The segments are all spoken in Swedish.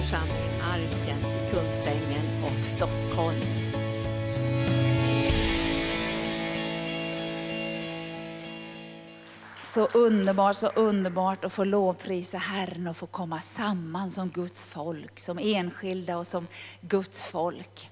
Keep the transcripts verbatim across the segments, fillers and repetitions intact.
församling Arken i Kungsängen och Stockholm. Så underbart, så underbart att få lovprisa Herren och få komma samman som Guds folk, som enskilda och som Guds folk.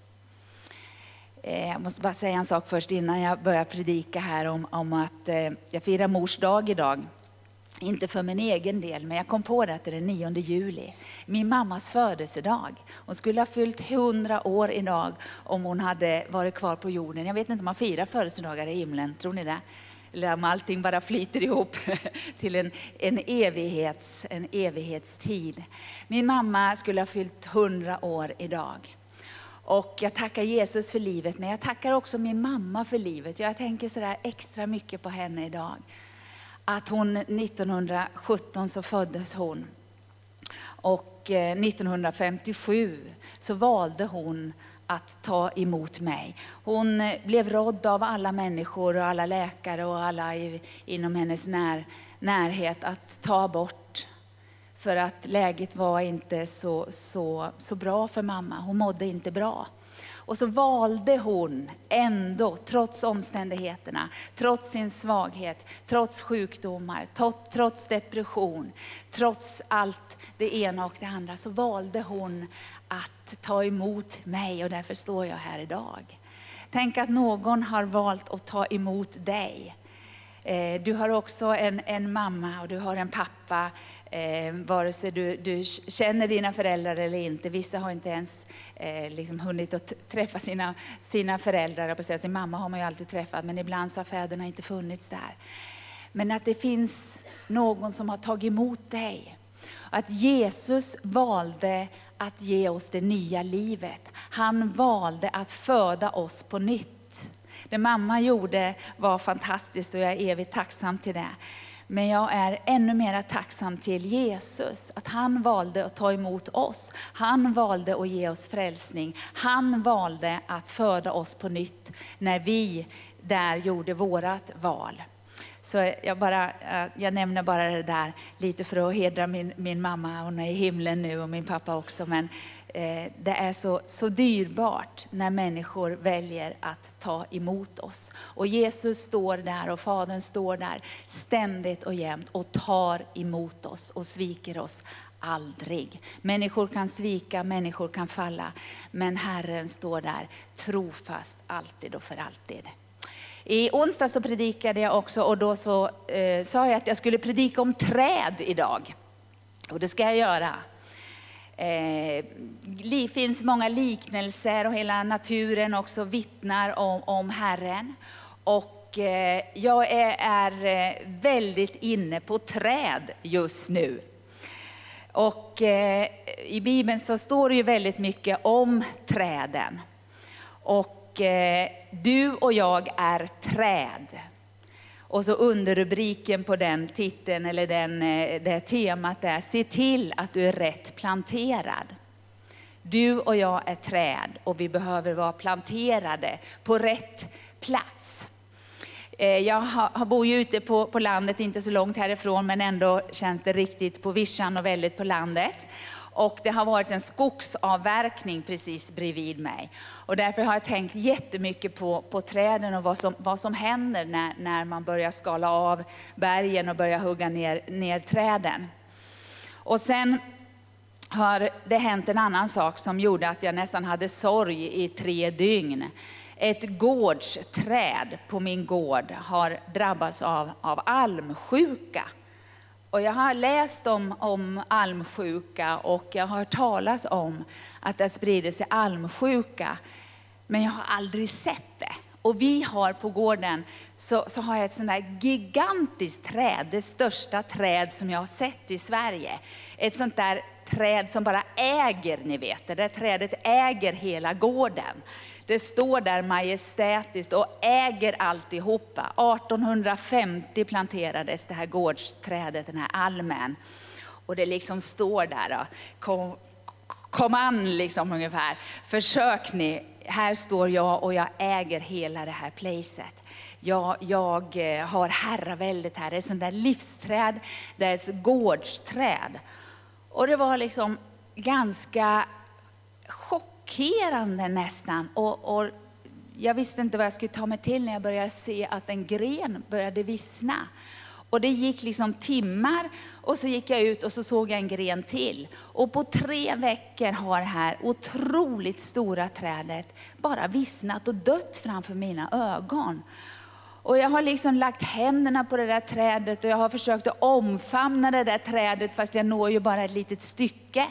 Jag måste bara säga en sak först innan jag börjar predika här om, om att jag firar mors dag idag. Inte för min egen del, men jag kom på det att det är den nionde juli. Min mammas födelsedag. Hon skulle ha fyllt hundra år idag om hon hade varit kvar på jorden. Jag vet inte om man firar födelsedagar i himlen, tror ni det? Eller om allting bara flyter ihop till en, en, evighets, en evighetstid. Min mamma skulle ha fyllt hundra år idag. Och jag tackar Jesus för livet, men jag tackar också min mamma för livet. Jag tänker sådär extra mycket på henne idag. Att hon nittonhundrasjutton så föddes hon. Och nittonhundrafemtiosju så valde hon att ta emot mig. Hon blev rådd av alla människor och alla läkare och alla i, inom hennes när, närhet att ta abort. För att läget var inte så, så, så bra för mamma. Hon mådde inte bra. Och så valde hon ändå, trots omständigheterna, trots sin svaghet, trots sjukdomar, trots depression, trots allt det ena och det andra, så valde hon att ta emot mig, och därför står jag här idag. Tänk att någon har valt att ta emot dig. Du har också en, en mamma och du har en pappa. Eh, vare sig du, du känner dina föräldrar eller inte. Vissa har inte ens eh, liksom hunnit att träffa sina, sina föräldrar. På sin mamma har man ju alltid träffat, men ibland så har fäderna inte funnits där. Men att det finns någon som har tagit emot dig. Att Jesus valde att ge oss det nya livet. Han valde att föda oss på nytt. Det mamma gjorde var fantastiskt och jag är evigt tacksam till det. Men jag är ännu mer tacksam till Jesus. Att han valde att ta emot oss. Han valde att ge oss frälsning. Han valde att föda oss på nytt när vi där gjorde vårat val. Så jag, bara, jag nämner bara det där lite för att hedra min, min mamma. Hon är i himlen nu och min pappa också. Men eh, det är så, så dyrbart när människor väljer att ta emot oss. Och Jesus står där och Fadern står där ständigt och jämt och tar emot oss och sviker oss aldrig. Människor kan svika, människor kan falla. Men Herren står där trofast alltid och för alltid. I onsdag så predikade jag också och då så eh, sa jag att jag skulle predika om träd idag. Och det ska jag göra. Eh, det finns många liknelser och hela naturen också vittnar om, om Herren. Och eh, jag är, är väldigt inne på träd just nu. Och eh, i Bibeln så står det ju väldigt mycket om träden. Och du och jag är träd. Och så underrubriken på den titeln eller den, det temat är: se till att du är rätt planterad. Du och jag är träd och vi behöver vara planterade på rätt plats. Jag har, bor ju ute på, på landet, inte så långt härifrån, men ändå känns det riktigt på vischan och väldigt på landet. Och det har varit en skogsavverkning precis bredvid mig. Och därför har jag tänkt jättemycket på, på träden och vad som, vad som händer när, när man börjar skala av bergen och börjar hugga ner, ner träden. Och sen har det hänt en annan sak som gjorde att jag nästan hade sorg i tre dygn. Ett gårdsträd på min gård har drabbats av, av almsjuka. Och jag har läst om, om almsjuka och jag har hört talas om att det sprider sig almsjuka. Men jag har aldrig sett det. Och vi har på gården så, så har jag ett sånt där gigantiskt träd. Det största träd som jag har sett i Sverige. Ett sånt där träd som bara äger, ni vet. Det där trädet äger hela gården. Det står där majestätiskt och äger alltihopa. artonhundrafemtio planterades det här gårdsträdet, den här almen. Och det liksom står där då. Kom, kom an liksom ungefär. Försök ni. Här står jag och jag äger hela det här placet. Jag, jag har herraväldet här. Det är ett sånt där livsträd. Det är ett gårdsträd. Och det var liksom ganska chockerande nästan. Och, och jag visste inte vad jag skulle ta mig till när jag började se att en gren började vissna. Och det gick liksom timmar och så gick jag ut och så såg jag en gren till. Och på tre veckor har det här otroligt stora trädet bara vissnat och dött framför mina ögon. Och jag har liksom lagt händerna på det där trädet och jag har försökt att omfamna det där trädet fast jag når ju bara ett litet stycke.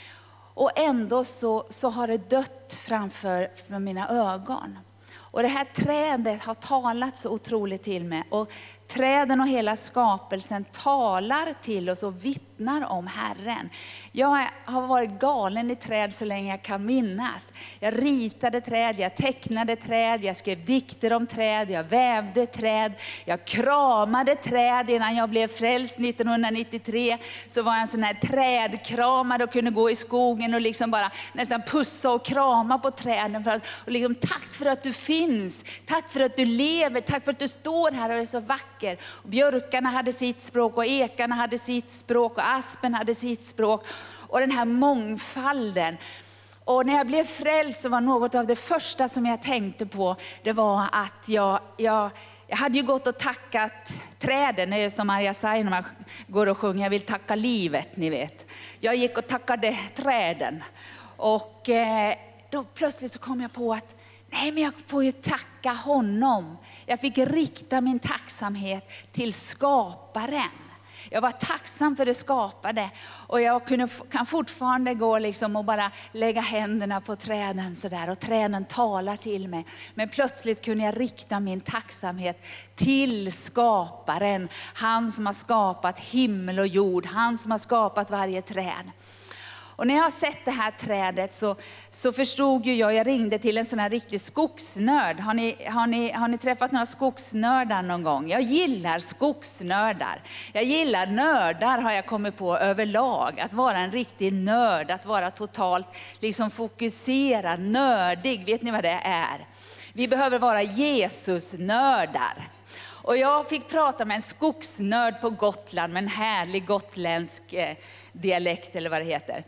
Och ändå så, så har det dött framför för mina ögon. Och det här trädet har talat så otroligt till mig. Och träden och hela skapelsen talar till oss och vittnar om Herren. Jag har varit galen i träd så länge jag kan minnas. Jag ritade träd, jag tecknade träd, jag skrev dikter om träd, jag vävde träd. Jag kramade träd innan jag blev frälst nittonhundranittiotre. Så var jag en sån här trädkramare och kunde gå i skogen och liksom bara nästan pussa och krama på träden. För att, och liksom, tack för att du finns, tack för att du lever, tack för att du står här och är så vacker. Och björkarna hade sitt språk och ekarna hade sitt språk och aspen hade sitt språk. Och den här mångfalden. Och när jag blev frälst så var något av det första som jag tänkte på, det var att jag, jag, jag hade ju gått och tackat träden. Det är som Arja säger när man går och sjunger, jag vill tacka livet, ni vet. Jag gick och tackade träden. Och eh, då plötsligt så kom jag på att nej, men jag får ju tacka honom. Jag fick rikta min tacksamhet till skaparen. Jag var tacksam för det skapade. Och jag kunde, kan fortfarande gå liksom och bara lägga händerna på träden så där. Och träden talar till mig. Men plötsligt kunde jag rikta min tacksamhet till skaparen. Han som har skapat himmel och jord. Han som har skapat varje träd. Och när jag har sett det här trädet så, så förstod ju jag, jag ringde till en sån här riktig skogsnörd. Har ni, har, ni, har ni träffat några skogsnördar någon gång? Jag gillar skogsnördar. Jag gillar nördar har jag kommit på överlag. Att vara en riktig nörd, att vara totalt liksom fokuserad, nördig. Vet ni vad det är? Vi behöver vara Jesus-nördar. Och jag fick prata med en skogsnörd på Gotland med en härlig gotländsk eh, dialekt eller vad det heter.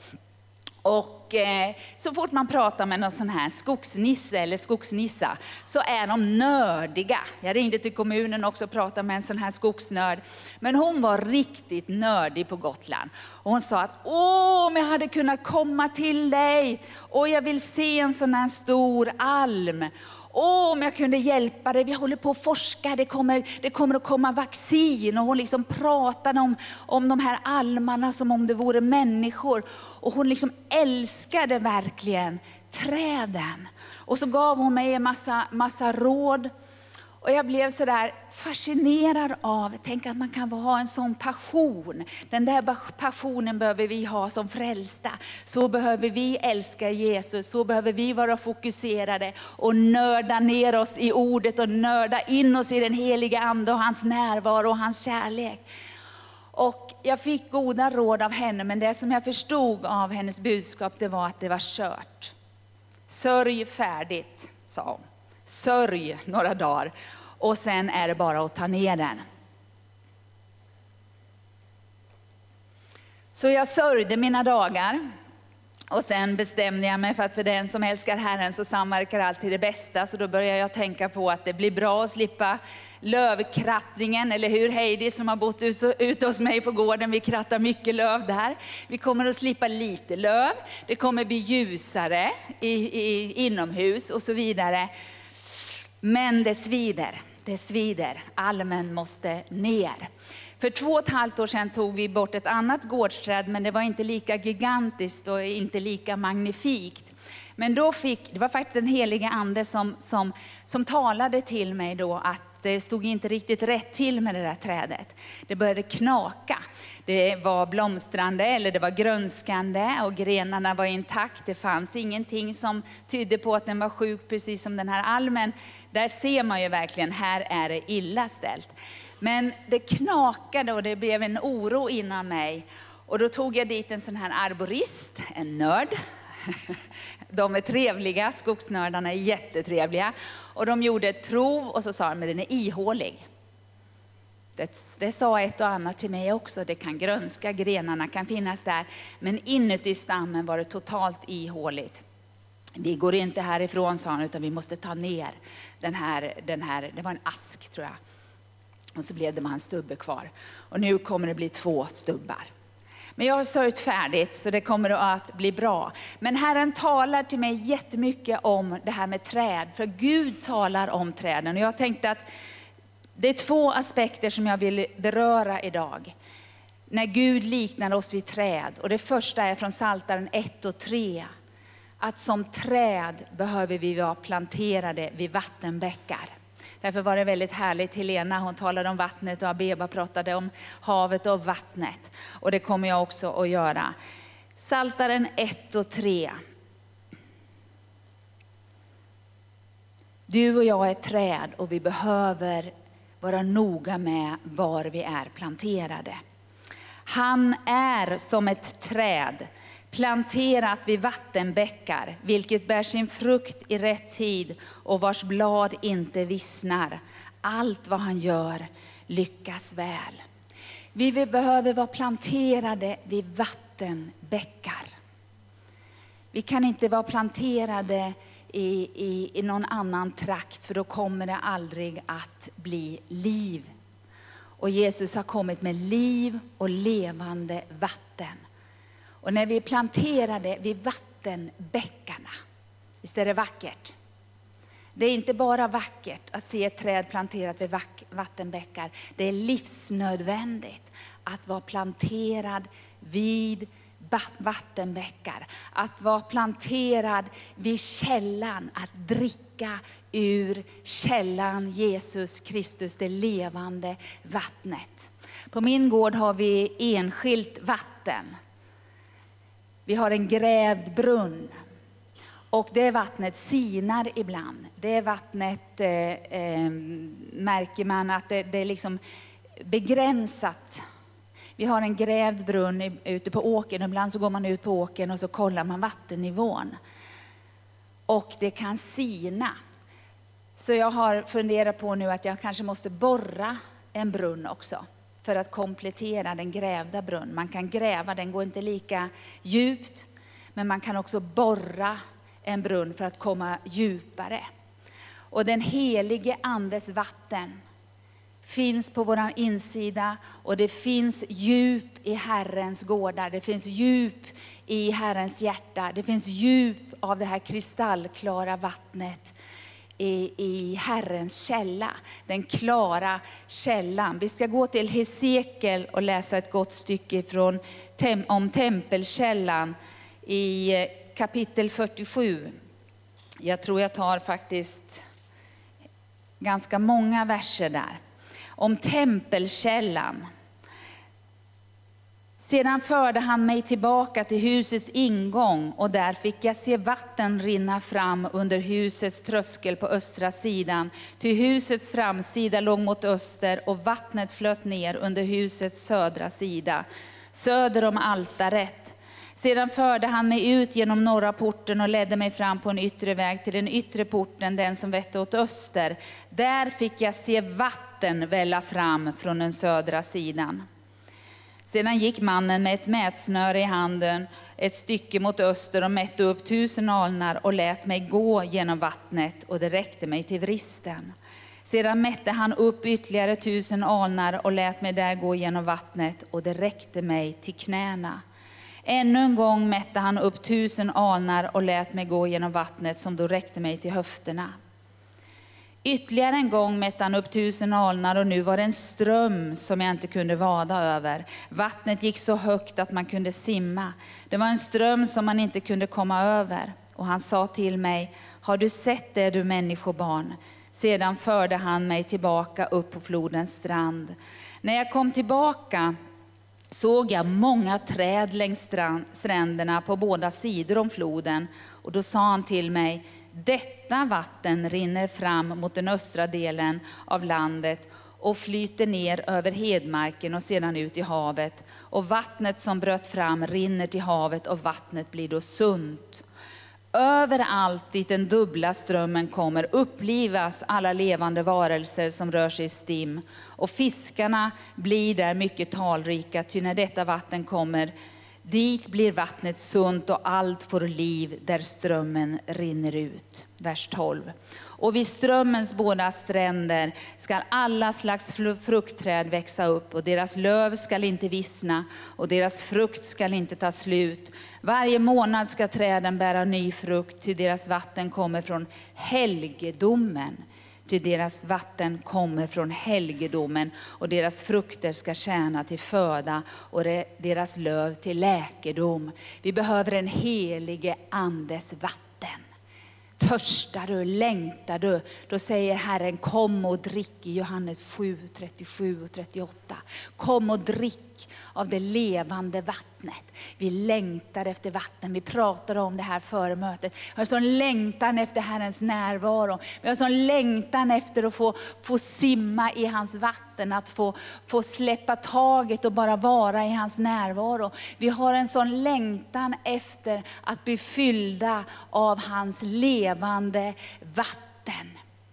Och eh, så fort man pratar med någon sån här skogsnisse eller skogsnissa så är de nördiga. Jag ringde till kommunen också och pratade med en sån här skogsnörd. Men hon var riktigt nördig på Gotland. Och hon sa att åh, om jag hade kunnat komma till dig och jag vill se en sån här stor alm. Åh, om jag kunde hjälpa dig, vi håller på att forska, det kommer, det kommer att komma vaccin. Och hon liksom pratade om, om de här almarna som om det vore människor. Och hon liksom älskade verkligen träden. Och så gav hon mig en massa, massa råd. Och jag blev så där fascinerad av, tänk att man kan ha en sån passion. Den där passionen behöver vi ha som frälsta. Så behöver vi älska Jesus, så behöver vi vara fokuserade och nörda ner oss i ordet och nörda in oss i den heliga ande och hans närvaro och hans kärlek. Och jag fick goda råd av henne, men det som jag förstod av hennes budskap, det var att det var kört. Sörj färdigt, sa hon. Sörj några dagar och sen är det bara att ta ner den. Så jag sörjde mina dagar och sen bestämde jag mig för att för den som älskar Herren så samverkar alltid det bästa. Så då började jag tänka på att det blir bra att slippa lövkrattningen, eller hur Heidi som har bott ute hos mig på gården, vi krattar mycket löv där. Vi kommer att slippa lite löv, det kommer bli ljusare i, i, inomhus och så vidare. Men det svider, det svider. Almen måste ner. För två och ett halvt år sedan tog vi bort ett annat gårdsträd, men det var inte lika gigantiskt och inte lika magnifikt. Men då fick, det var faktiskt en helig ande som, som, som talade till mig då att det stod inte riktigt rätt till med det där trädet. Det började knaka. Det var blomstrande eller det var grönskande och grenarna var intakt. Det fanns ingenting som tydde på att den var sjuk, precis som den här almen. Där ser man ju verkligen, här är det illa ställt. Men det knakade och det blev en oro inom mig. Och då tog jag dit en sån här arborist, en nörd. De är trevliga, skogsnördarna är jättetrevliga. Och de gjorde ett prov och så sa de, men den är ihålig. Det, det sa ett och annat till mig också. Det kan grönska, grenarna kan finnas där. Men inuti stammen var det totalt ihåligt. Vi går inte härifrån, sa han, utan vi måste ta ner den här, den här. Det var en ask, tror jag. Och så blev det bara en stubbe kvar. Och nu kommer det bli två stubbar. Men jag har sörjt färdigt, så det kommer att bli bra. Men Herren talar till mig jättemycket om det här med träd. För Gud talar om träden. Och jag tänkte att det är två aspekter som jag vill beröra idag. När Gud liknar oss vid träd. Och det första är från Psaltaren ett och tre. Att som träd behöver vi vara planterade vid vattenbäckar. Därför var det väldigt härligt. Helena, hon talade om vattnet och Abeba pratade om havet och vattnet. Och det kommer jag också att göra. Psaltaren ett och tre. Du och jag är träd och vi behöver vara noga med var vi är planterade. Han är som ett träd planterat vid vattenbäckar, vilket bär sin frukt i rätt tid och vars blad inte vissnar. Allt vad han gör lyckas väl. Vi behöver vara planterade vid vattenbäckar. Vi kan inte vara planterade i, i, i någon annan trakt, för då kommer det aldrig att bli liv. Och Jesus har kommit med liv och levande vatten. Och när vi är planterade vid vattenbäckarna, visst är det vackert? Det är inte bara vackert att se ett träd planterat vid vattenbäckar. Det är livsnödvändigt att vara planterad vid vattenbäckar. Att vara planterad vid källan, att dricka ur källan Jesus Kristus, det levande vattnet. På min gård har vi enskilt vatten. Vi har en grävd brunn. Och det vattnet sinar ibland. Det vattnet eh, eh, märker man att det, det är liksom begränsat. Vi har en grävd brunn i, ute på åkern. Ibland så går man ut på åkern och så kollar man vattennivån. Och det kan sina. Så jag har funderat på nu att jag kanske måste borra en brunn också. För att komplettera den grävda brunn. Man kan gräva, den går inte lika djupt. Men man kan också borra en brunn för att komma djupare. Och den helige andes vatten finns på våran insida. Och det finns djup i Herrens gårdar. Det finns djup i Herrens hjärta. Det finns djup av det här kristallklara vattnet i, i Herrens källa. Den klara källan. Vi ska gå till Hesekiel och läsa ett gott stycke från, om tempelkällan i kapitel fyrtiosju. Jag tror jag tar faktiskt ganska många verser där. Om tempelkällan. Sedan förde han mig tillbaka till husets ingång och där fick jag se vatten rinna fram under husets tröskel på östra sidan. Till husets framsida låg mot öster och vattnet flöt ner under husets södra sida, söder om altaret. Sedan förde han mig ut genom norra porten och ledde mig fram på en yttre väg till den yttre porten, den som vette åt öster. Där fick jag se vatten välla fram från den södra sidan. Sedan gick mannen med ett mätsnöre i handen ett stycke mot öster och mätte upp tusen alnar och lät mig gå genom vattnet, och det räckte mig till vristen. Sedan mätte han upp ytterligare tusen alnar och lät mig där gå genom vattnet, och det räckte mig till knäna. Ännu en gång mätte han upp tusen alnar och lät mig gå genom vattnet, som då räckte mig till höfterna. Ytterligare en gång mätte han upp tusen alnar, och nu var det en ström som jag inte kunde vada över. Vattnet gick så högt att man kunde simma. Det var en ström som man inte kunde komma över. Och han sa till mig: har du sett det, du människobarn? Sedan förde han mig tillbaka upp på flodens strand. När jag kom tillbaka såg jag många träd längs stränderna på båda sidor om floden. Och då sa han till mig: detta vatten rinner fram mot den östra delen av landet och flyter ner över hedmarken och sedan ut i havet. Och vattnet som bröt fram rinner till havet, och vattnet blir då sunt. Överallt dit den dubbla strömmen kommer upplivas alla levande varelser som rör sig i stim. Och fiskarna blir där mycket talrika, ty när detta vatten kommer, dit blir vattnet sunt och allt får liv där strömmen rinner ut. Vers tolv. Och vid strömmens båda stränder ska alla slags fruktträd växa upp, och deras löv ska inte vissna och deras frukt ska inte ta slut. Varje månad ska träden bära ny frukt, ty deras vatten kommer från helgedomen. Ty deras vatten kommer från helgedomen, och deras frukter ska tjäna till föda och deras löv till läkedom. Vi behöver en helige andes vatten. Törstar du, längtar du, då säger Herren kom och drick i Johannes sju, trettiosju och trettioåtta. Kom och drick av det levande vattnet. Vi längtar efter vatten. Vi pratade om det här före mötet. Vi har sån längtan efter Herrens närvaro. Vi har sån längtan efter att få, få simma i hans vatten. Att få, få släppa taget och bara vara i hans närvaro. Vi har en sån längtan efter att bli fyllda av hans levande vatten.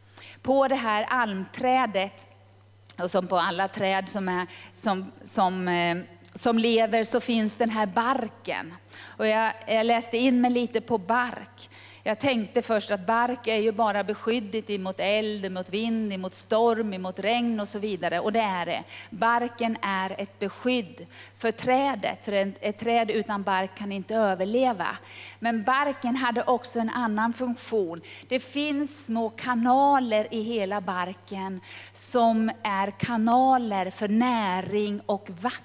På det här almträdet, och som på alla träd som, är, som, som, eh, som lever, så finns den här barken. Och jag, jag läste in mig lite på bark. Jag tänkte först att bark är ju bara beskyddet emot eld, emot vind, emot storm, emot regn och så vidare. Och det är det. Barken är ett beskydd för trädet. För ett, ett träd utan bark kan inte överleva. Men barken hade också en annan funktion. Det finns små kanaler i hela barken som är kanaler för näring och vatten.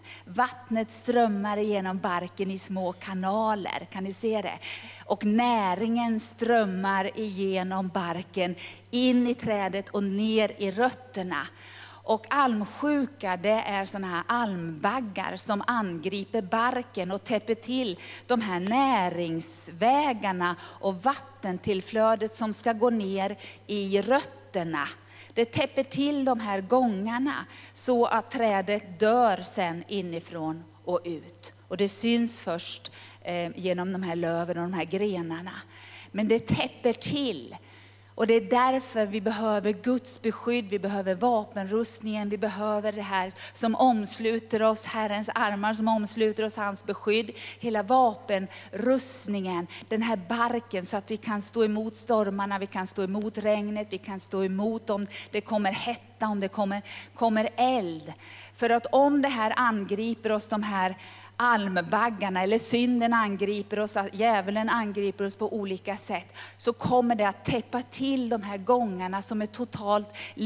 Vattnet strömmar igenom barken i små kanaler, kan ni se det? Och näringen strömmar igenom barken in i trädet och ner i rötterna. Och almsjuka, det är såna här almbaggar som angriper barken och täpper till de här näringsvägarna och vattentillflödet som ska gå ner i rötterna. Det täpper till de här gångarna så att trädet dör sen inifrån och ut. Och det syns först eh, genom de här löven och de här grenarna. Men det täpper till. Och det är därför vi behöver Guds beskydd, vi behöver vapenrustningen, vi behöver det här som omsluter oss, Herrens armar som omsluter oss, hans beskydd. Hela vapenrustningen, den här barken så att vi kan stå emot stormarna, vi kan stå emot regnet, vi kan stå emot om det kommer hetta, om det kommer, kommer eld. För att om det här angriper oss, de här almbaggarna, eller synden angriper oss, djävulen angriper oss på olika sätt, så kommer det att täppa till de här gångarna som är totalt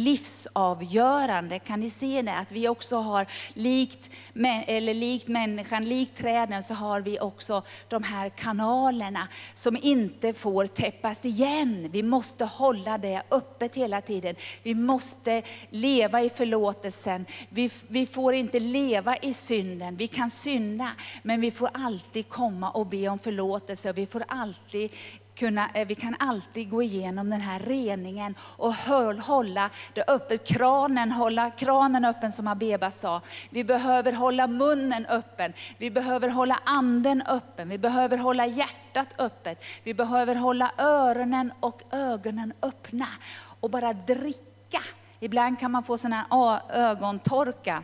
livsavgörande. Kan ni se det? Att vi också har likt, eller likt människan, likt träden, så har vi också de här kanalerna som inte får täppas igen. Vi måste hålla det öppet hela tiden. Vi måste leva i förlåtelsen. Vi, vi får inte leva i synden. Vi kan synda, men vi får alltid komma och be om förlåtelse. Vi får alltid kunna, vi kan alltid gå igenom den här reningen och hålla det öppet. Kranen, hålla kranen öppen som Abeba sa. Vi behöver hålla munnen öppen. Vi behöver hålla anden öppen. Vi behöver hålla hjärtat öppet. Vi behöver hålla öronen och ögonen öppna. Och bara dricka. Ibland kan man få sån här ögontorka.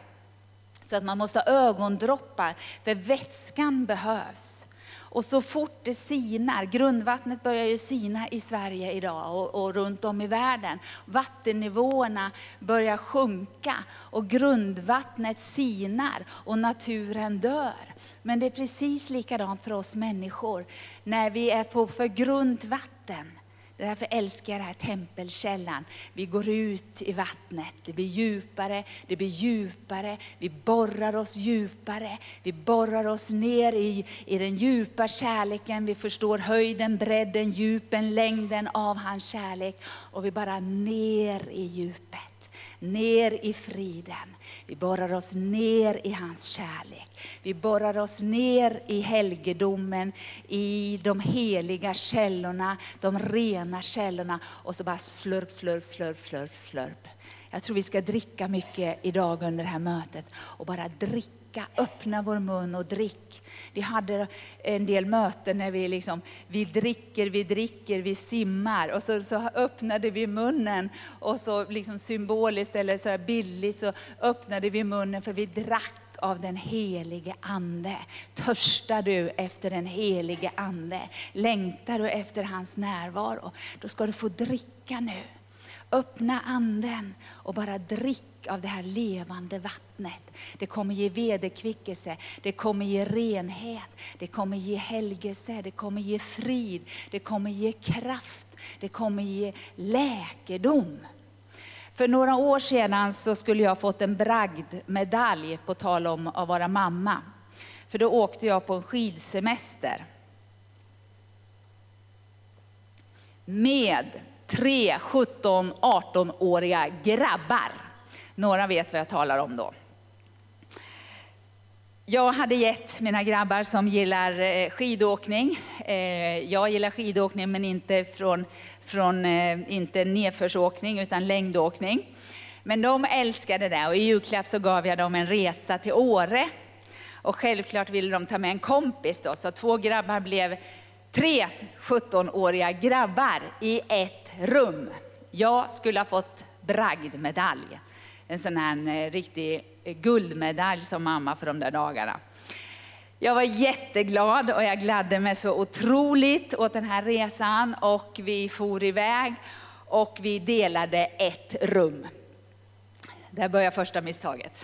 Så att man måste ha ögondroppar, för vätskan behövs. Och så fort det sinar, grundvattnet börjar ju sina i Sverige idag och, och runt om i världen. Vattennivåerna börjar sjunka och grundvattnet sinar och naturen dör. Men det är precis likadant för oss människor när vi är på för grundvatten. Därför älskar jag det här tempelkällan. Vi går ut i vattnet. Det blir djupare, det blir djupare. Vi borrar oss djupare. Vi borrar oss ner i, i den djupa kärleken. Vi förstår höjden, bredden, djupen, längden av hans kärlek. Och vi bara ner i djupet. Ner i friden. Vi borrar oss ner i hans kärlek. Vi borrar oss ner i helgedomen, i de heliga källorna, de rena källorna. Och så bara slurp, slurp, slurp, slurp, slurp. Jag tror vi ska dricka mycket idag under det här mötet. Och bara dricka, öppna vår mun och drick. Vi hade en del möten när vi liksom, vi dricker, vi dricker, vi simmar. Och så, så öppnade vi munnen. Och så liksom symboliskt eller så här billigt så öppnade vi munnen för vi drack av den helige ande. Törstar du efter den helige ande? Längtar du efter hans närvaro? Då ska du få dricka nu. Öppna anden och bara drick av det här levande vattnet. Det kommer ge vederkvickelse, det kommer ge renhet, det kommer ge helgelse, det kommer ge frid, det kommer ge kraft, det kommer ge läkedom. För några år sedan så skulle jag fått en bragdmedalj på tal om att vara mamma. För då åkte jag på en skidsemester. Med tre sjutton arton-åriga grabbar. Några vet vad jag talar om då. Jag hade gett mina grabbar som gillar skidåkning. Jag gillar skidåkning men inte från, från inte nedförsåkning utan längdåkning. Men de älskade det och i julklapp så gav jag dem en resa till Åre. Och självklart ville de ta med en kompis då. Så två grabbar blev tre sjutton-åriga grabbar i ett rum. Jag skulle ha fått bragdmedalj. En sån här riktig guldmedalj som mamma för de där dagarna. Jag var jätteglad och jag gladde mig så otroligt åt den här resan. Och vi for iväg och vi delade ett rum. Där började första misstaget.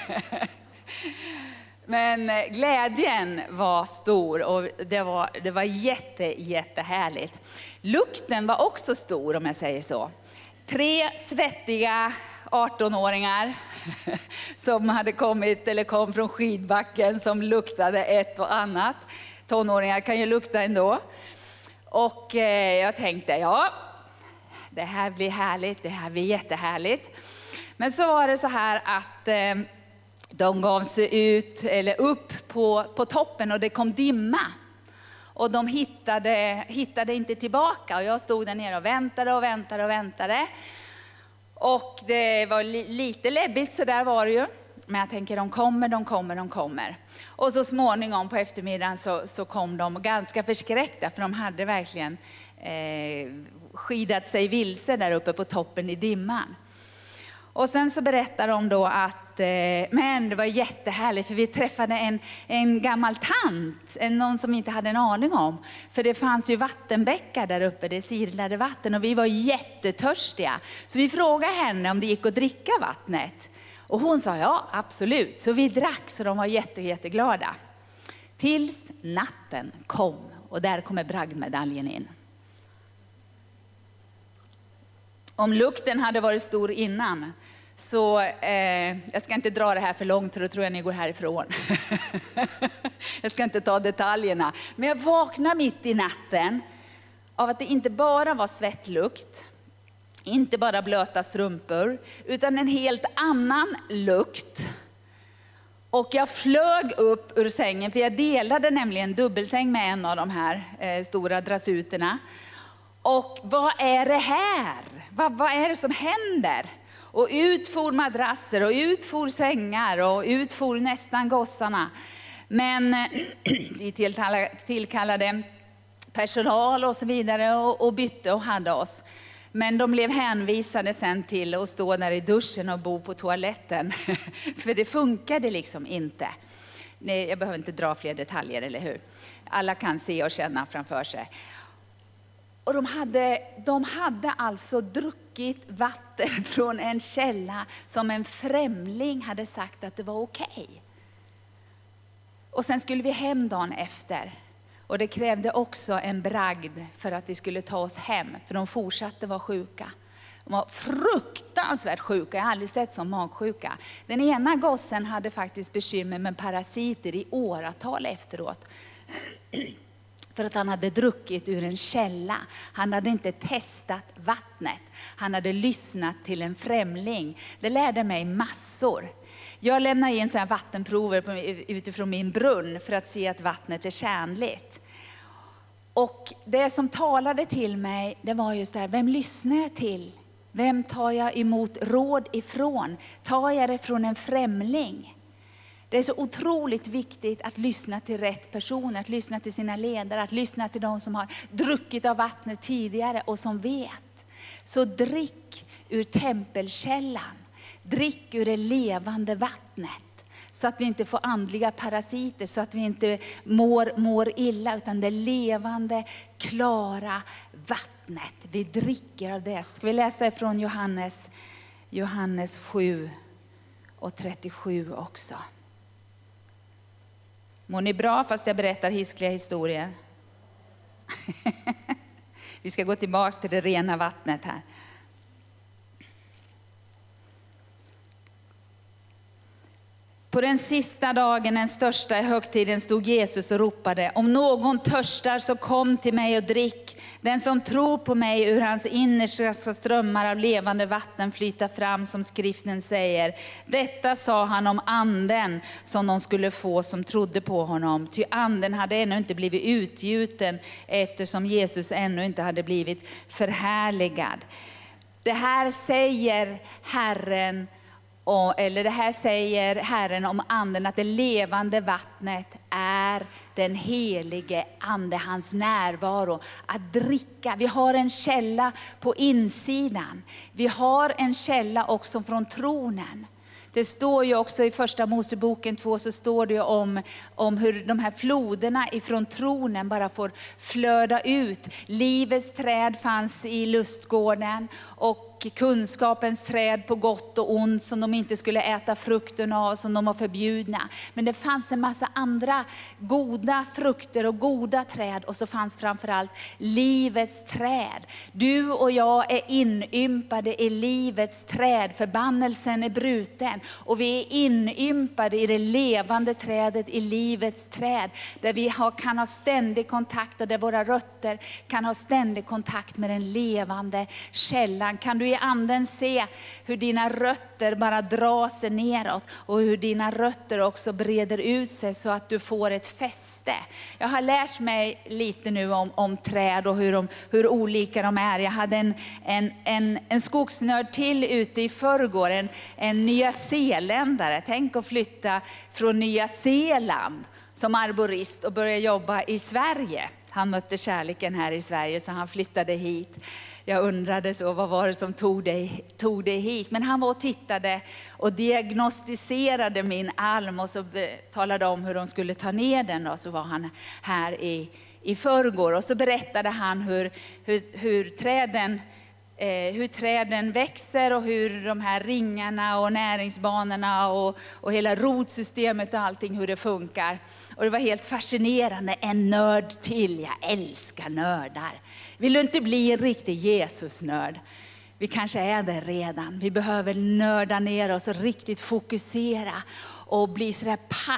Men glädjen var stor och det var, det var jätte, jättehärligt. Lukten var också stor om jag säger så. Tre svettiga arton-åringar som hade kommit eller kom från skidbacken som luktade ett och annat. Tonåringar kan ju lukta ändå. Och eh, jag tänkte, ja, det här blir härligt, det här blir jättehärligt. Men så var det så här att eh, de gav sig ut eller upp på, på toppen och det kom dimma. Och de hittade, hittade inte tillbaka och jag stod där nere och väntade och väntade och väntade. Och det var li, lite läbbigt så där var det ju. Men jag tänker de kommer, de kommer, de kommer. Och så småningom på eftermiddagen så, så kom de ganska förskräckta för de hade verkligen eh, skidat sig vilse där uppe på toppen i dimman. Och sen så berättar de då att eh, men det var jättehärligt för vi träffade en, en gammal tant, en, någon som inte hade en aning om. För det fanns ju vattenbäckar där uppe, det sirlade vatten och vi var jättetörstiga. Så vi frågade henne om det gick att dricka vattnet. Och hon sa ja, absolut. Så vi drack så de var jätte, jätteglada. Tills natten kom och där kommer bragdmedaljen in. Om lukten hade varit stor innan så, eh, jag ska inte dra det här för långt för då tror jag ni går härifrån. Jag ska inte ta detaljerna. Men jag vaknade mitt i natten av att det inte bara var svettlukt, inte bara blöta strumpor, utan en helt annan lukt. Och jag flög upp ur sängen, för jag delade nämligen dubbelsäng med en av de här eh, stora drasuterna. Och vad är det här? Vad, vad är det som händer? Och utfor madrasser och utfor sängar och utfor nästan gossarna. Men vi tillkallade personal och så vidare och, och bytte och hade oss. Men de blev hänvisade sen till att stå där i duschen och bo på toaletten. För det funkade liksom inte. Nej, jag behöver inte dra fler detaljer, eller hur? Alla kan se och känna framför sig. Och de hade, de hade alltså druckit vatten från en källa som en främling hade sagt att det var okej. Och sen skulle vi hem dagen efter. Och det krävde också en bragd för att vi skulle ta oss hem. För de fortsatte vara sjuka. De var fruktansvärt sjuka. Jag har aldrig sett som magsjuka. Den ena gossen hade faktiskt bekymmer med parasiter i åratal efteråt. För att han hade druckit ur en källa. Han hade inte testat vattnet. Han hade lyssnat till en främling. Det lärde mig massor. Jag lämnar in sådana vattenprover på, utifrån min brunn för att se att vattnet är tjänligt. Och det som talade till mig, det var just det här, vem lyssnar jag till Vem tar jag emot råd ifrån? Tar jag det från en främling? Det är så otroligt viktigt att lyssna till rätt personer, att lyssna till sina ledare, att lyssna till de som har druckit av vattnet tidigare och som vet. Så drick ur tempelkällan, drick ur det levande vattnet. Så att vi inte får andliga parasiter, så att vi inte mår, mår illa, utan det levande, klara vattnet. Vi dricker av det. Ska vi läsa ifrån Johannes, Johannes sju och trettiosju också. Mår ni bra fast jag berättar hiskliga historier? Vi ska gå tillbaka till det rena vattnet här. På den sista dagen, den största i högtiden, stod Jesus och ropade: om någon törstar så kom till mig och drick. Den som tror på mig, ur hans innersta ska strömmar av levande vatten flyta fram, som skriften säger. Detta sa han om anden som de skulle få som trodde på honom. Ty anden hade ännu inte blivit utgjuten, eftersom Jesus ännu inte hade blivit förhärligad. Det här säger Herren. Och, eller det här säger Herren om anden, att det levande vattnet är den helige ande, hans närvaro. Att dricka, vi har en källa på insidan. Vi har en källa också från tronen. Det står ju också i första Moseboken två, så står det ju om, om hur de här floderna ifrån tronen bara får flöda ut. Livets träd fanns i lustgården och kunskapens träd på gott och ont som de inte skulle äta frukten av, som de var förbjudna. Men det fanns en massa andra goda frukter och goda träd, och så fanns framförallt livets träd. Du och jag är inympade i livets träd. Förbannelsen är bruten och vi är inympade i det levande trädet, i livets träd, där vi har, kan ha ständig kontakt, och där våra rötter kan ha ständig kontakt med den levande källan. Kan du i anden se hur dina rötter bara drar sig neråt, och hur dina rötter också breder ut sig så att du får ett fäste. Jag har lärt mig lite nu om, om träd och hur, de, hur olika de är. Jag hade en, en, en, en skogsnörd till ute i förrgår, en, en nyzeeländare. Tänk att flytta från Nya Zeeland som arborist och börja jobba i Sverige. Han mötte kärleken här i Sverige, så han flyttade hit. Jag undrade så, vad var det som tog dig, tog dig hit? Men han var och tittade och diagnostiserade min alm och så talade om hur de skulle ta ner den. Och så var han här i, i förrgår, och så berättade han hur, hur, hur träden Eh, hur träden växer och hur de här ringarna och näringsbanorna och, och hela rotsystemet och allting, hur det funkar. Och det var helt fascinerande. En nörd till, jag älskar nördar. Vill du inte bli en riktig Jesus-nörd? Vi kanske är det redan. Vi behöver nörda ner oss och riktigt fokusera och bli så där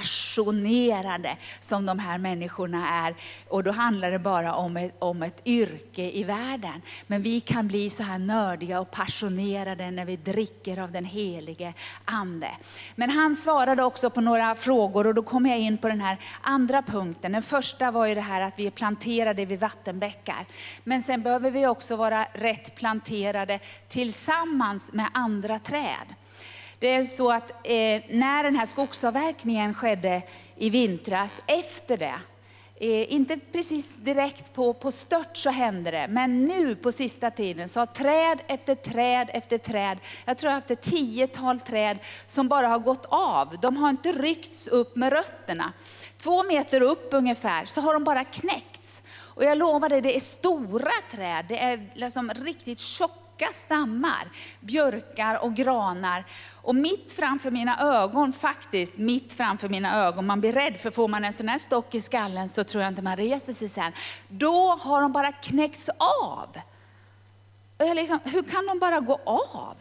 passionerade som de här människorna är. Och då handlar det bara om ett, om ett yrke i världen. Men vi kan bli så här nördiga och passionerade när vi dricker av den helige ande. Men han svarade också på några frågor, och då kom jag in på den här andra punkten. Den första var ju det här att vi är planterade vid vattenbäckar. Men sen behöver vi också vara rätt planterade tillsammans med andra träd. Det är så att eh, när den här skogsavverkningen skedde i vintras, efter det, eh, inte precis direkt på, på stört så hände det, men nu på sista tiden så har träd efter träd efter träd, jag tror jag har haft ett tiotal träd som bara har gått av. De har inte ryckts upp med rötterna. Två meter upp ungefär så har de bara knäckts. Och jag lovar dig, det är stora träd, det är liksom riktigt tjocka stammar, björkar och granar. Och mitt framför mina ögon, faktiskt mitt framför mina ögon, man blir rädd, för får man en sån här stock i skallen så tror jag inte man reser sig sen. Då har de bara knäckts av. Och jag liksom, hur kan de bara gå av?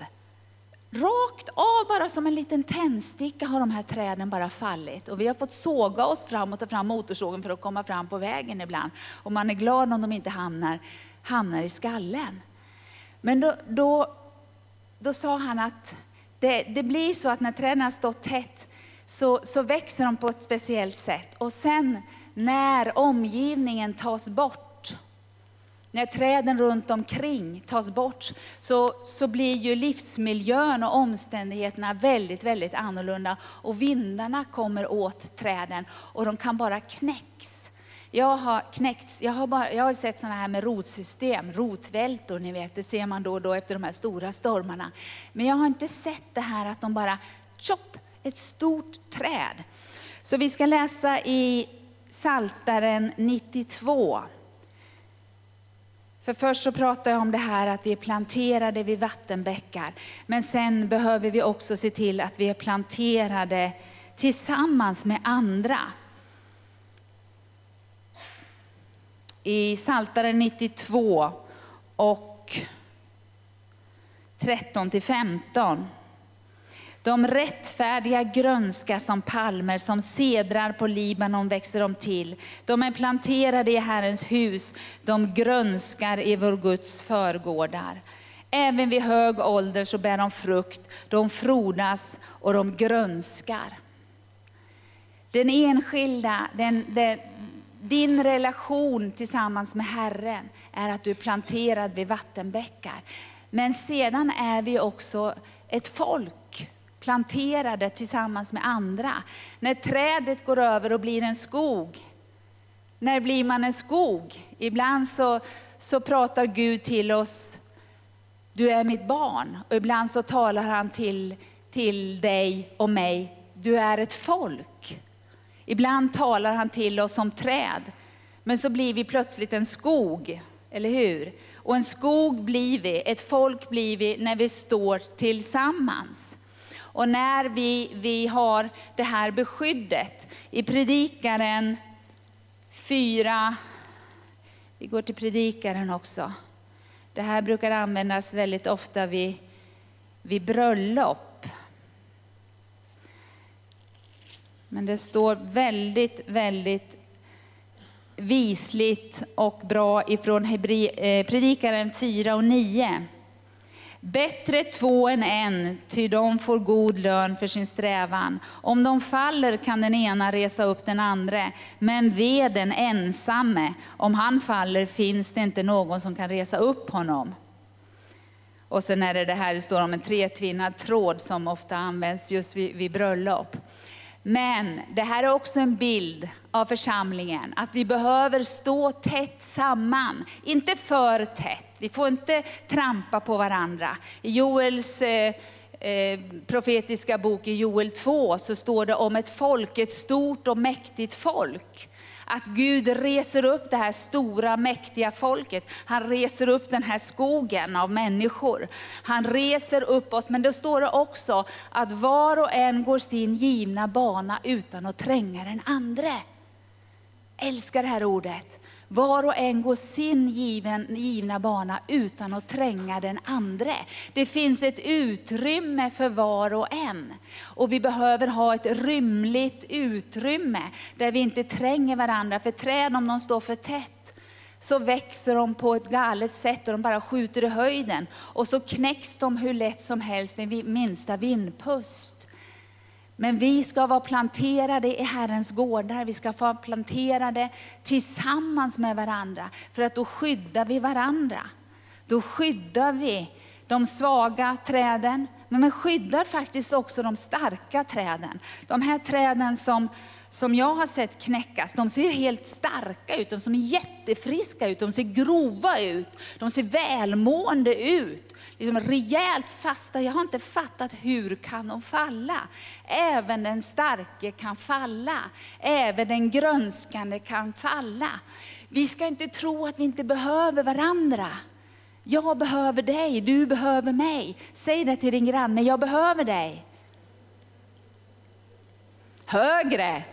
Rakt av, bara som en liten tändsticka har de här träden bara fallit. Och vi har fått såga oss fram och ta fram motorsågen för att komma fram på vägen ibland. Och man är glad om de inte hamnar, hamnar i skallen. Men då, då, då sa han att det, det blir så att när träden har stått tätt så, så växer de på ett speciellt sätt. Och sen när omgivningen tas bort, när träden runt omkring tas bort, så, så blir ju livsmiljön och omständigheterna väldigt, väldigt annorlunda. Och vindarna kommer åt träden och de kan bara knäcks. Jag har knäckts, jag har, bara, jag har sett sådana här med rotsystem, rotvältor, ni vet, det ser man då och då efter de här stora stormarna. Men jag har inte sett det här att de bara, tjopp, ett stort träd. Så vi ska läsa i Psaltaren nittiotvå. För först så pratar jag om det här att vi är planterade vid vattenbäckar. Men sen behöver vi också se till att vi är planterade tillsammans med andra. I Psaltaren nittiotvå och tretton till femton. De rättfärdiga grönska som palmer, som cedrar på Libanon växer de till. De är planterade i Herrens hus, de grönskar i vår Guds förgårdar. Även vid hög ålder så bär de frukt, de frodas och de grönskar. Den enskilda, den, den, din relation tillsammans med Herren är att du är planterad vid vattenbäckar. Men sedan är vi också ett folk, planterade tillsammans med andra. När trädet går över och blir en skog. När blir man en skog? Ibland så, så pratar Gud till oss, du är mitt barn. Och ibland så talar han till, till dig och mig, du är ett folk. Ibland talar han till oss som träd. Men så blir vi plötsligt en skog, eller hur? Och en skog blir vi, ett folk blir vi när vi står tillsammans. Och när vi, vi har det här beskyddet i Predikaren fyra, vi går till Predikaren också. Det här brukar användas väldigt ofta vid, vid bröllop. Men det står väldigt, väldigt visligt och bra ifrån Hebri, eh, Predikaren fyra och nio. Bättre två än en, ty de får god lön för sin strävan. Om de faller kan den ena resa upp den andra, men ve den ensamme. Om han faller finns det inte någon som kan resa upp honom. Och sen är det det här, det står om en tretvinnad tråd som ofta används just vid, vid bröllop. Men det här är också en bild av församlingen. Att vi behöver stå tätt samman. Inte för tätt. Vi får inte trampa på varandra. I Joels eh, eh, profetiska bok i Joel två så står det om ett folk. Ett stort och mäktigt folk. Att Gud reser upp det här stora mäktiga folket. Han reser upp den här skogen av människor. Han reser upp oss. Men det står det också att var och en går sin givna bana utan att tränga den andra. Älskar det här ordet. Var och en går sin given, givna bana utan att tränga den andra. Det finns ett utrymme för var och en. Och vi behöver ha ett rymligt utrymme där vi inte tränger varandra. För träd, om de står för tätt, så växer de på ett galet sätt och de bara skjuter i höjden. Och så knäcks de hur lätt som helst med minsta vindpust. Men vi ska vara planterade i Herrens gårdar. Vi ska vara planterade tillsammans med varandra. För att då skyddar vi varandra. Då skyddar vi de svaga träden. Men vi skyddar faktiskt också de starka träden. De här träden som, som jag har sett knäckas. De ser helt starka ut. De ser jättefriska ut. De ser grova ut. De ser välmående ut. Liksom rejält fasta. Jag har inte fattat hur kan de falla. Även den starke kan falla. Även den grönskande kan falla. Vi ska inte tro att vi inte behöver varandra. Jag behöver dig, du behöver mig. Säg det till din granne, jag behöver dig. Högre.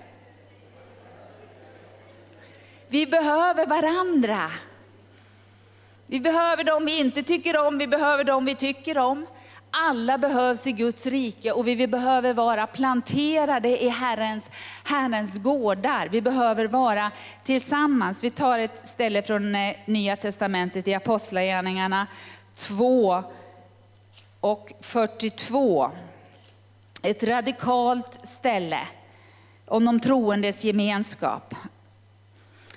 Vi behöver varandra. Vi behöver dem vi inte tycker om, vi behöver dem vi tycker om. Alla behövs i Guds rike och vi behöver vara planterade i Herrens, Herrens gårdar. Vi behöver vara tillsammans. Vi tar ett ställe från Nya testamentet i Apostlagärningarna två och fyrtiotvå. Ett radikalt ställe om de troendes gemenskap.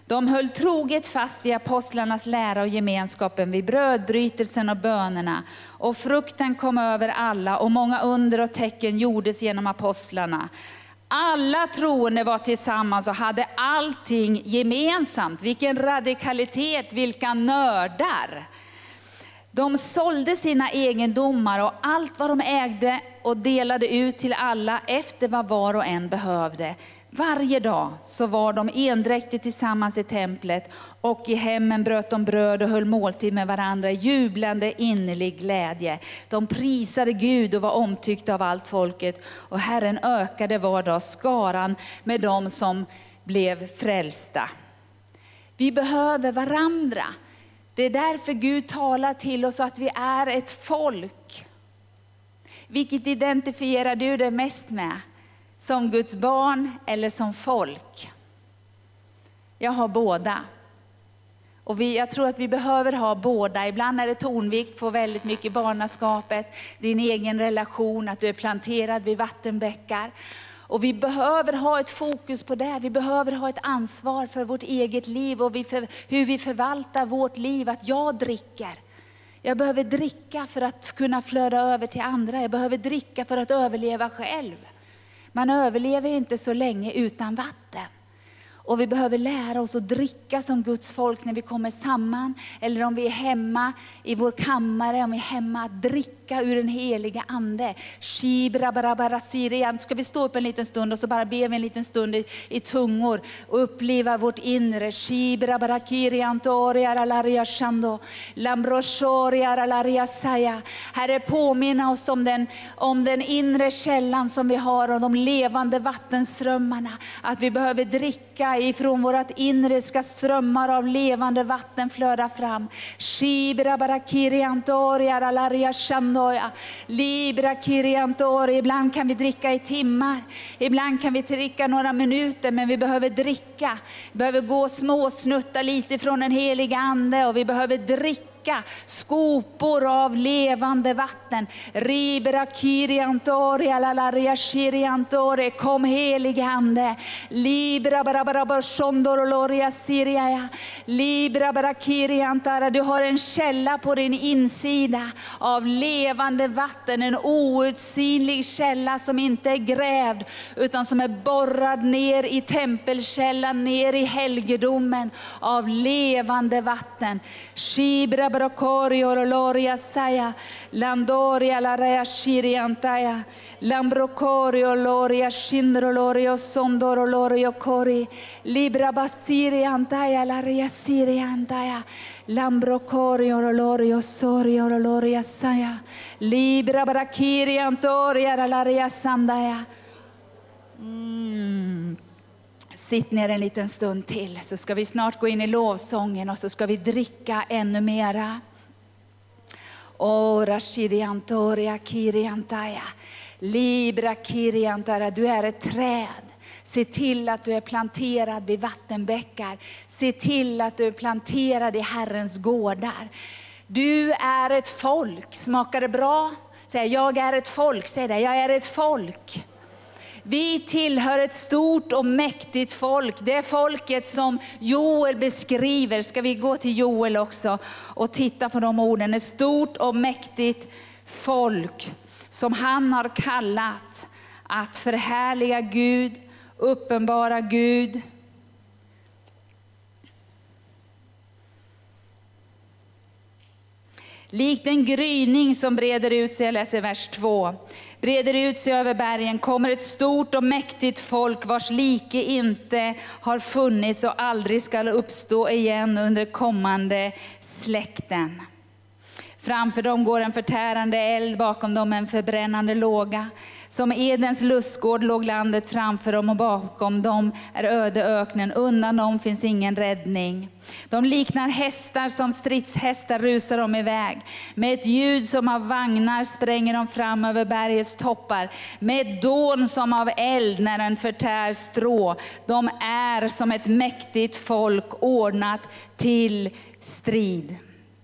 De höll troget fast vid apostlarnas lära och gemenskapen, vid brödbrytelsen och bönerna. Och frukten kom över alla och många under och tecken gjordes genom apostlarna. Alla troende var tillsammans och hade allting gemensamt. Vilken radikalitet, vilka nördar. De sålde sina egendomar och allt vad de ägde och delade ut till alla efter vad var och en behövde. Varje dag så var de endräktigt tillsammans i templet och i hemmen bröt de bröd och höll måltid med varandra, jublande innerlig glädje. De prisade Gud och var omtyckta av allt folket, och Herren ökade var dag skaran med dem som blev frälsta. Vi behöver varandra. Det är därför Gud talar till oss att vi är ett folk. Vilket identifierar du dig mest med? Som Guds barn eller som folk? Jag har båda. Och vi, jag tror att vi behöver ha båda. Ibland är det tonvikt på väldigt mycket barnaskapet. Din egen relation, att du är planterad vid vattenbäckar. Och vi behöver ha ett fokus på det. Vi behöver ha ett ansvar för vårt eget liv och vi för, hur vi förvaltar vårt liv. Att jag dricker. Jag behöver dricka för att kunna flöda över till andra. Jag behöver dricka för att överleva själv. Man överlever inte så länge utan vatten. Och vi behöver lära oss att dricka som Guds folk när vi kommer samman. Eller om vi är hemma i vår kammare, om vi är hemma, att dricka ur den heliga ande. Ska vi stå upp en liten stund och så bara ber vi en liten stund i, i tungor. Och uppleva vårt inre. Herre, påminna oss om den, om den inre källan som vi har och de levande vattenströmmarna. Att vi behöver dricka ifrån vårat inre ska strömmar av levande vatten flöda fram. Shibra barakiriantoria alaria shandoya. Libra kiriantori. Ibland kan vi dricka i timmar. Ibland kan vi dricka några minuter, men vi behöver dricka. Vi behöver gå små snutta lite från den heliga ande och vi behöver dricka skopor av levande vatten. Ribra kiriantori alaria shiriantori. Kom heliga ande. Libra bara sondoroloria siria. Libra bara kiriantara. Du har en källa på din insida av levande vatten, en outsinlig källa som inte är grävd utan som är borrad ner i tempelkällan, ner i helgedomen av levande vatten. Shibra brokorio loria saya landoria la rea shiriantaya lambrokorio loria shindro lorio sondoro lorio kori libra basiri antaya la rea siriantaya lambrokorio lorio sorio loria saya libra brakiri antoria la rea sandaya. Mm. Sitt ner en liten stund till så ska vi snart gå in i lovsången och så ska vi dricka ännu mera. Ora shiriantoria kiriantaya. Libra kiriantara. Du är ett träd. Se till att du är planterad vid vattenbäckar. Se till att du är planterad i Herrens gårdar. Du är ett folk. Smakar det bra? Säg, jag är ett folk. Säg det, jag är ett folk. Vi tillhör ett stort och mäktigt folk. Det folket som Joel beskriver. Ska vi gå till Joel också och titta på de orden. Ett stort och mäktigt folk som han har kallat att förhärliga Gud, uppenbara Gud. Likt en gryning som breder ut sig, jag läser vers två. Breder ut sig över bergen kommer ett stort och mäktigt folk vars like inte har funnits och aldrig ska uppstå igen under kommande släkten. Framför dem går en förtärande eld, bakom dem en förbrännande låga. Som Edens lustgård låg landet framför dem och bakom dem är öde öknen. Undan dem finns ingen räddning. De liknar hästar, som stridshästar rusar de iväg. Med ett ljud som av vagnar spränger de fram över bergets toppar. Med ett dån som av eld när den förtär strå. De är som ett mäktigt folk ordnat till strid.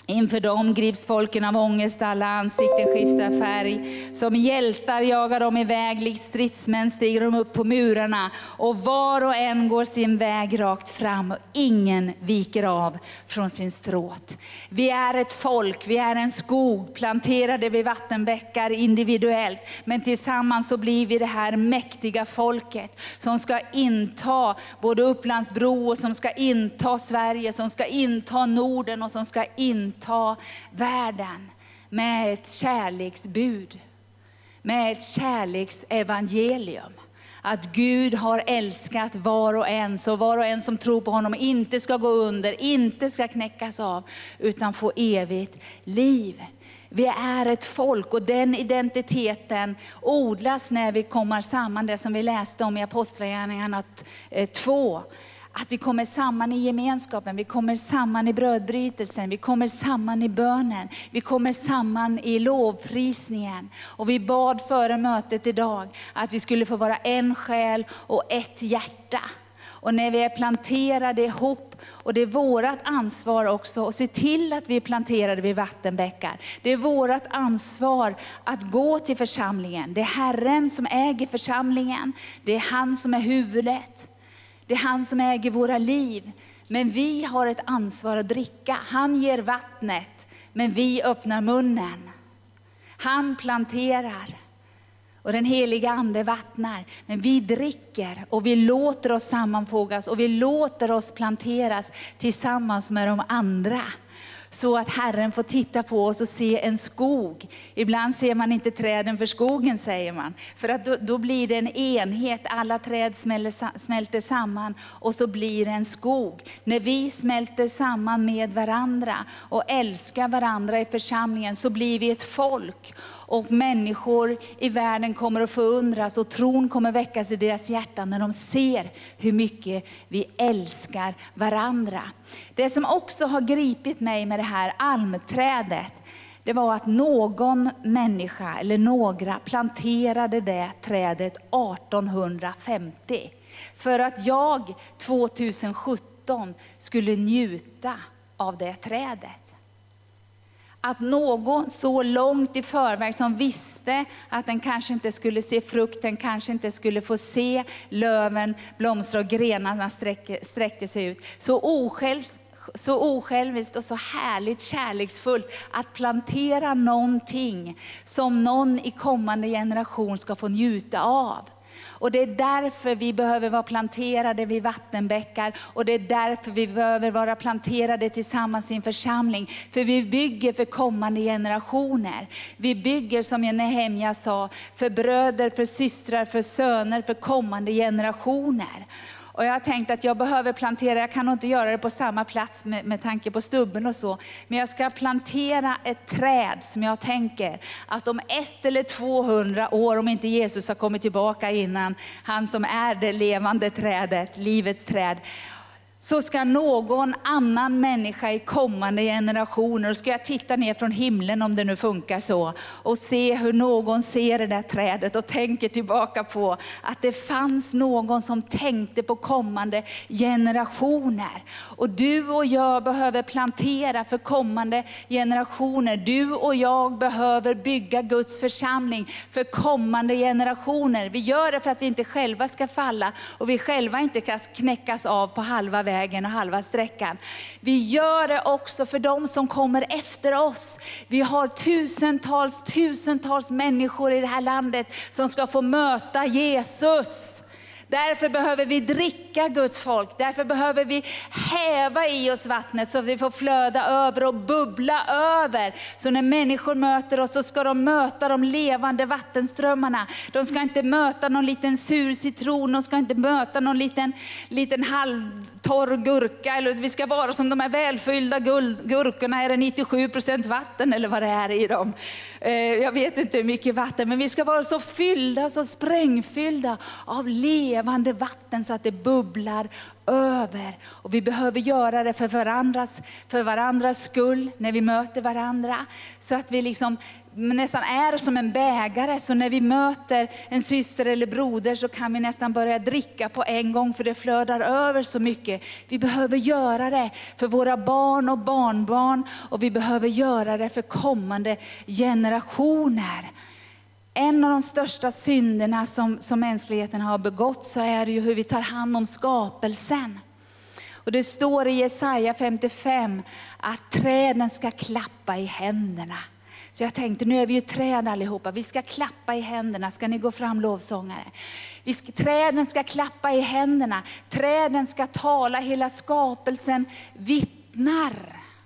Inför dem grips folken av ångest, alla ansikten skiftar färg. Som hjältar jagar de iväg, likt stridsmän stiger de upp på murarna. Och var och en går sin väg rakt fram och ingen viker av från sin stråt. Vi är ett folk, vi är en skog, planterade vid vattenbäckar individuellt. Men tillsammans så blir vi det här mäktiga folket som ska inta både Upplandsbro och som ska inta Sverige, som ska inta Norden och som ska inta ta världen med ett kärleksbud, med ett kärleksevangelium. Att Gud har älskat var och en, så var och en som tror på honom inte ska gå under, inte ska knäckas av, utan få evigt liv. Vi är ett folk och den identiteten odlas när vi kommer samman, det som vi läste om i Apostlagärningarna två. Att vi kommer samman i gemenskapen, vi kommer samman i brödbrytelsen, vi kommer samman i bönen, vi kommer samman i lovprisningen. Och vi bad före mötet idag att vi skulle få vara en själ och ett hjärta. Och när vi är planterade ihop, och det är vårt ansvar också att se till att vi är planterade vid vattenbäckar. Det är vårt ansvar att gå till församlingen. Det är Herren som äger församlingen, det är han som är huvudet. Det är han som äger våra liv. Men vi har ett ansvar att dricka. Han ger vattnet, men vi öppnar munnen. Han planterar och den heliga ande vattnar. Men vi dricker och vi låter oss sammanfogas och vi låter oss planteras tillsammans med de andra. Så att Herren får titta på oss och se en skog. Ibland ser man inte träden för skogen, säger man. För att då, då blir det en enhet. Alla träd smälter, smälter samman och så blir det en skog. När vi smälter samman med varandra och älskar varandra i församlingen så blir vi ett folk. Och människor i världen kommer att förundras och tron kommer väckas i deras hjärtan när de ser hur mycket vi älskar varandra. Det som också har gripit mig med det här almträdet, det var att någon människa eller några planterade det trädet artonhundrafemtio. För att jag tjugohundrasjutton skulle njuta av det trädet. Att någon så långt i förväg som visste att den kanske inte skulle se frukten, kanske inte skulle få se löven blomstra och grenarna sträckte, sträckte sig ut. Så osjälvs, så osjälviskt och så härligt kärleksfullt att plantera någonting som någon i kommande generation ska få njuta av. Och det är därför vi behöver vara planterade vid vattenbäckar. Och det är därför vi behöver vara planterade tillsammans i en församling. För vi bygger för kommande generationer. Vi bygger, som Nehemja sa, för bröder, för systrar, för söner, för kommande generationer. Och jag har tänkt att jag behöver plantera, jag kan nog inte göra det på samma plats med, med tanke på stubben och så. Men jag ska plantera ett träd som jag tänker att om ett eller tvåhundra år, om inte Jesus har kommit tillbaka innan, han som är det levande trädet, livets träd, så ska någon annan människa i kommande generationer, och ska jag titta ner från himlen om det nu funkar så, och se hur någon ser det där trädet och tänker tillbaka på att det fanns någon som tänkte på kommande generationer. Och du och jag behöver plantera för kommande generationer. Du och jag behöver bygga Guds församling för kommande generationer. Vi gör det för att vi inte själva ska falla och vi själva inte ska knäckas av på halva vägen. vägen och halva sträckan. Vi gör det också för de som kommer efter oss. Vi har tusentals, tusentals människor i det här landet som ska få möta Jesus. Därför behöver vi dricka Guds folk. Därför behöver vi häva i oss vattnet så att vi får flöda över och bubbla över. Så när människor möter oss så ska de möta de levande vattenströmmarna. De ska inte möta någon liten sur citron. De ska inte möta någon liten, liten halvtorr gurka. Eller vi ska vara som de här välfyllda gurkorna. Är det nittiosju procent vatten eller vad det är i dem? Jag vet inte hur mycket vatten. Men vi ska vara så fyllda, så sprängfyllda av levande levande vatten så att det bubblar över. Och vi behöver göra det för varandras, för varandras skull när vi möter varandra. Så att vi liksom nästan är som en bägare, så när vi möter en syster eller broder så kan vi nästan börja dricka på en gång, för det flödar över så mycket. Vi behöver göra det för våra barn och barnbarn, och vi behöver göra det för kommande generationer. En av de största synderna som, som mänskligheten har begått, så är det ju hur vi tar hand om skapelsen. Och det står i Jesaja femtiofem att träden ska klappa i händerna. Så jag tänkte, nu är vi ju träd allihopa. Vi ska klappa i händerna. Ska ni gå fram, lovsångare? Vi ska, träden ska klappa i händerna. Träden ska tala, hela skapelsen vittnar.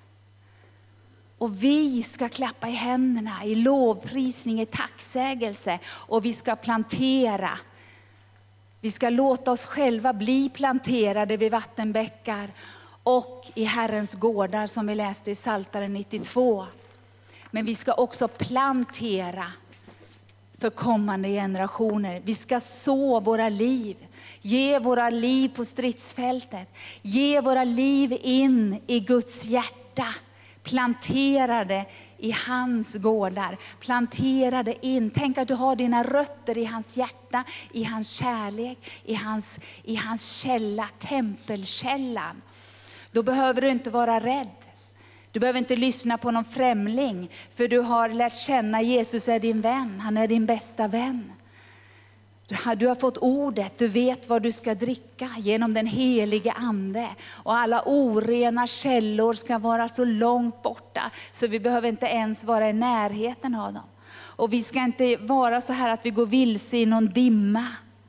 Och vi ska klappa i händerna i lovprisning, i tacksägelse. Och vi ska plantera. Vi ska låta oss själva bli planterade vid vattenbäckar och i Herrens gårdar, som vi läste i Psaltaren nittiotvå. Men vi ska också plantera för kommande generationer. Vi ska så våra liv. Ge våra liv på stridsfältet. Ge våra liv in i Guds hjärta. Planterade i hans gårdar. Planterade in. Tänk att du har dina rötter i hans hjärta. I hans kärlek. I hans, i hans källa. Tempelkällan. Då behöver du inte vara rädd. Du behöver inte lyssna på någon främling, för du har lärt känna Jesus är din vän. Han är din bästa vän. Du har fått ordet, du vet vad du ska dricka genom den helige ande. Och alla orena källor ska vara så långt borta, så vi behöver inte ens vara i närheten av dem. Och vi ska inte vara så här att vi går vilse i någon dimma.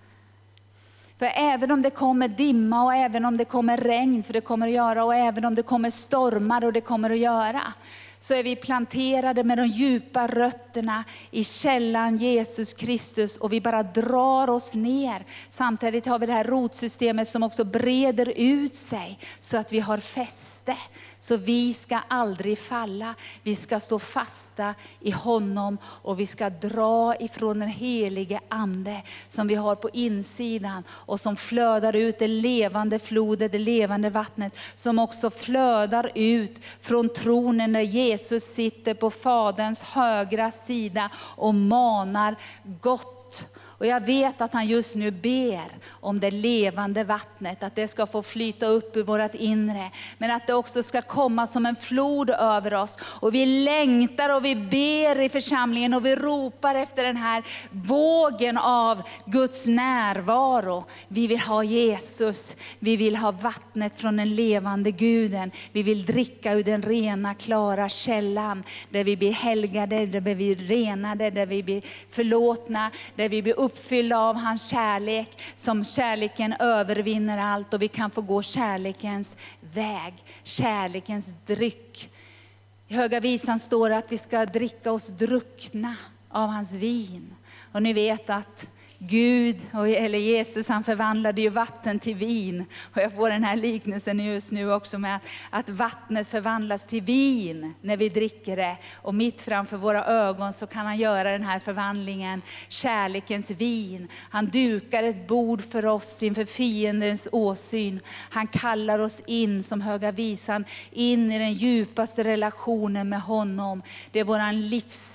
För även om det kommer dimma och även om det kommer regn, för det kommer att göra, och även om det kommer stormar och det kommer att göra, så är vi planterade med de djupa rötterna i källan Jesus Kristus, och vi bara drar oss ner. Samtidigt har vi det här rotsystemet som också breder ut sig så att vi har fäste. Så vi ska aldrig falla, vi ska stå fasta i honom, och vi ska dra ifrån den helige ande som vi har på insidan och som flödar ut, det levande flodet, det levande vattnet som också flödar ut från tronen där Jesus sitter på Faderns högra sida och manar gott. Och jag vet att han just nu ber om det levande vattnet, att det ska få flyta upp i vårt inre. Men att det också ska komma som en flod över oss. Och vi längtar och vi ber i församlingen och vi ropar efter den här vågen av Guds närvaro. Vi vill ha Jesus, vi vill ha vattnet från den levande Guden. Vi vill dricka ur den rena, klara källan. Där vi blir helgade, där vi blir renade, där vi blir förlåtna, där vi blir uppfyllda av hans kärlek, som kärleken övervinner allt, och vi kan få gå kärlekens väg, kärlekens dryck. I Höga visan står det att vi ska dricka oss druckna av hans vin. Och ni vet att Gud, eller Jesus, han förvandlade ju vatten till vin. Och jag får den här liknelsen just nu också med att vattnet förvandlas till vin när vi dricker det. Och mitt framför våra ögon så kan han göra den här förvandlingen, kärlekens vin. Han dukar ett bord för oss inför fiendens åsyn. Han kallar oss in, som Höga visan, in i den djupaste relationen med honom. Det är våran livs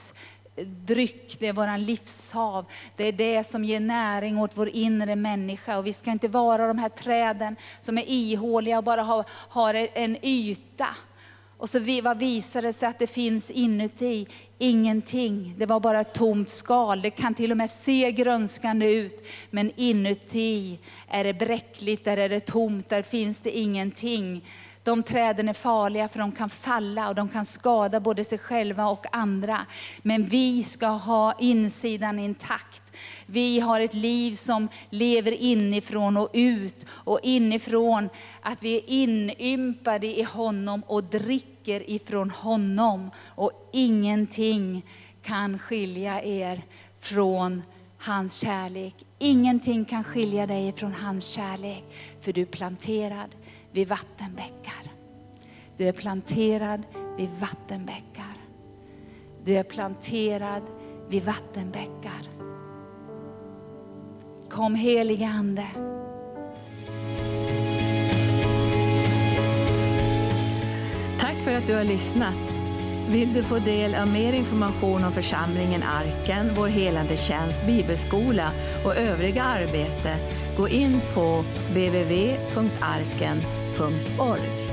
dryck, det är våran livshav. Det är det som ger näring åt vår inre människa. Och vi ska inte vara de här träden som är ihåliga och bara har, har en yta. Och så vi, vad visar det sig att det finns inuti? Ingenting. Det var bara ett tomt skal. Det kan till och med se grönskande ut. Men inuti är det bräckligt, där är det tomt, där finns det ingenting. De träden är farliga, för de kan falla och de kan skada både sig själva och andra. Men vi ska ha insidan intakt. Vi har ett liv som lever inifrån och ut. Och inifrån att vi är inympade i honom och dricker ifrån honom. Och ingenting kan skilja er från hans kärlek. Ingenting kan skilja dig från hans kärlek. För du är planterad vid vattenbäckar. Du är planterad vid vattenbäckar. Du är planterad vid vattenbäckar. kom helige Ande. Tack för att du har lyssnat. Vill du få del av mer information om församlingen Arken, vår helande tjänst, bibelskola och övriga arbete, gå in på w w w punkt arken punkt org.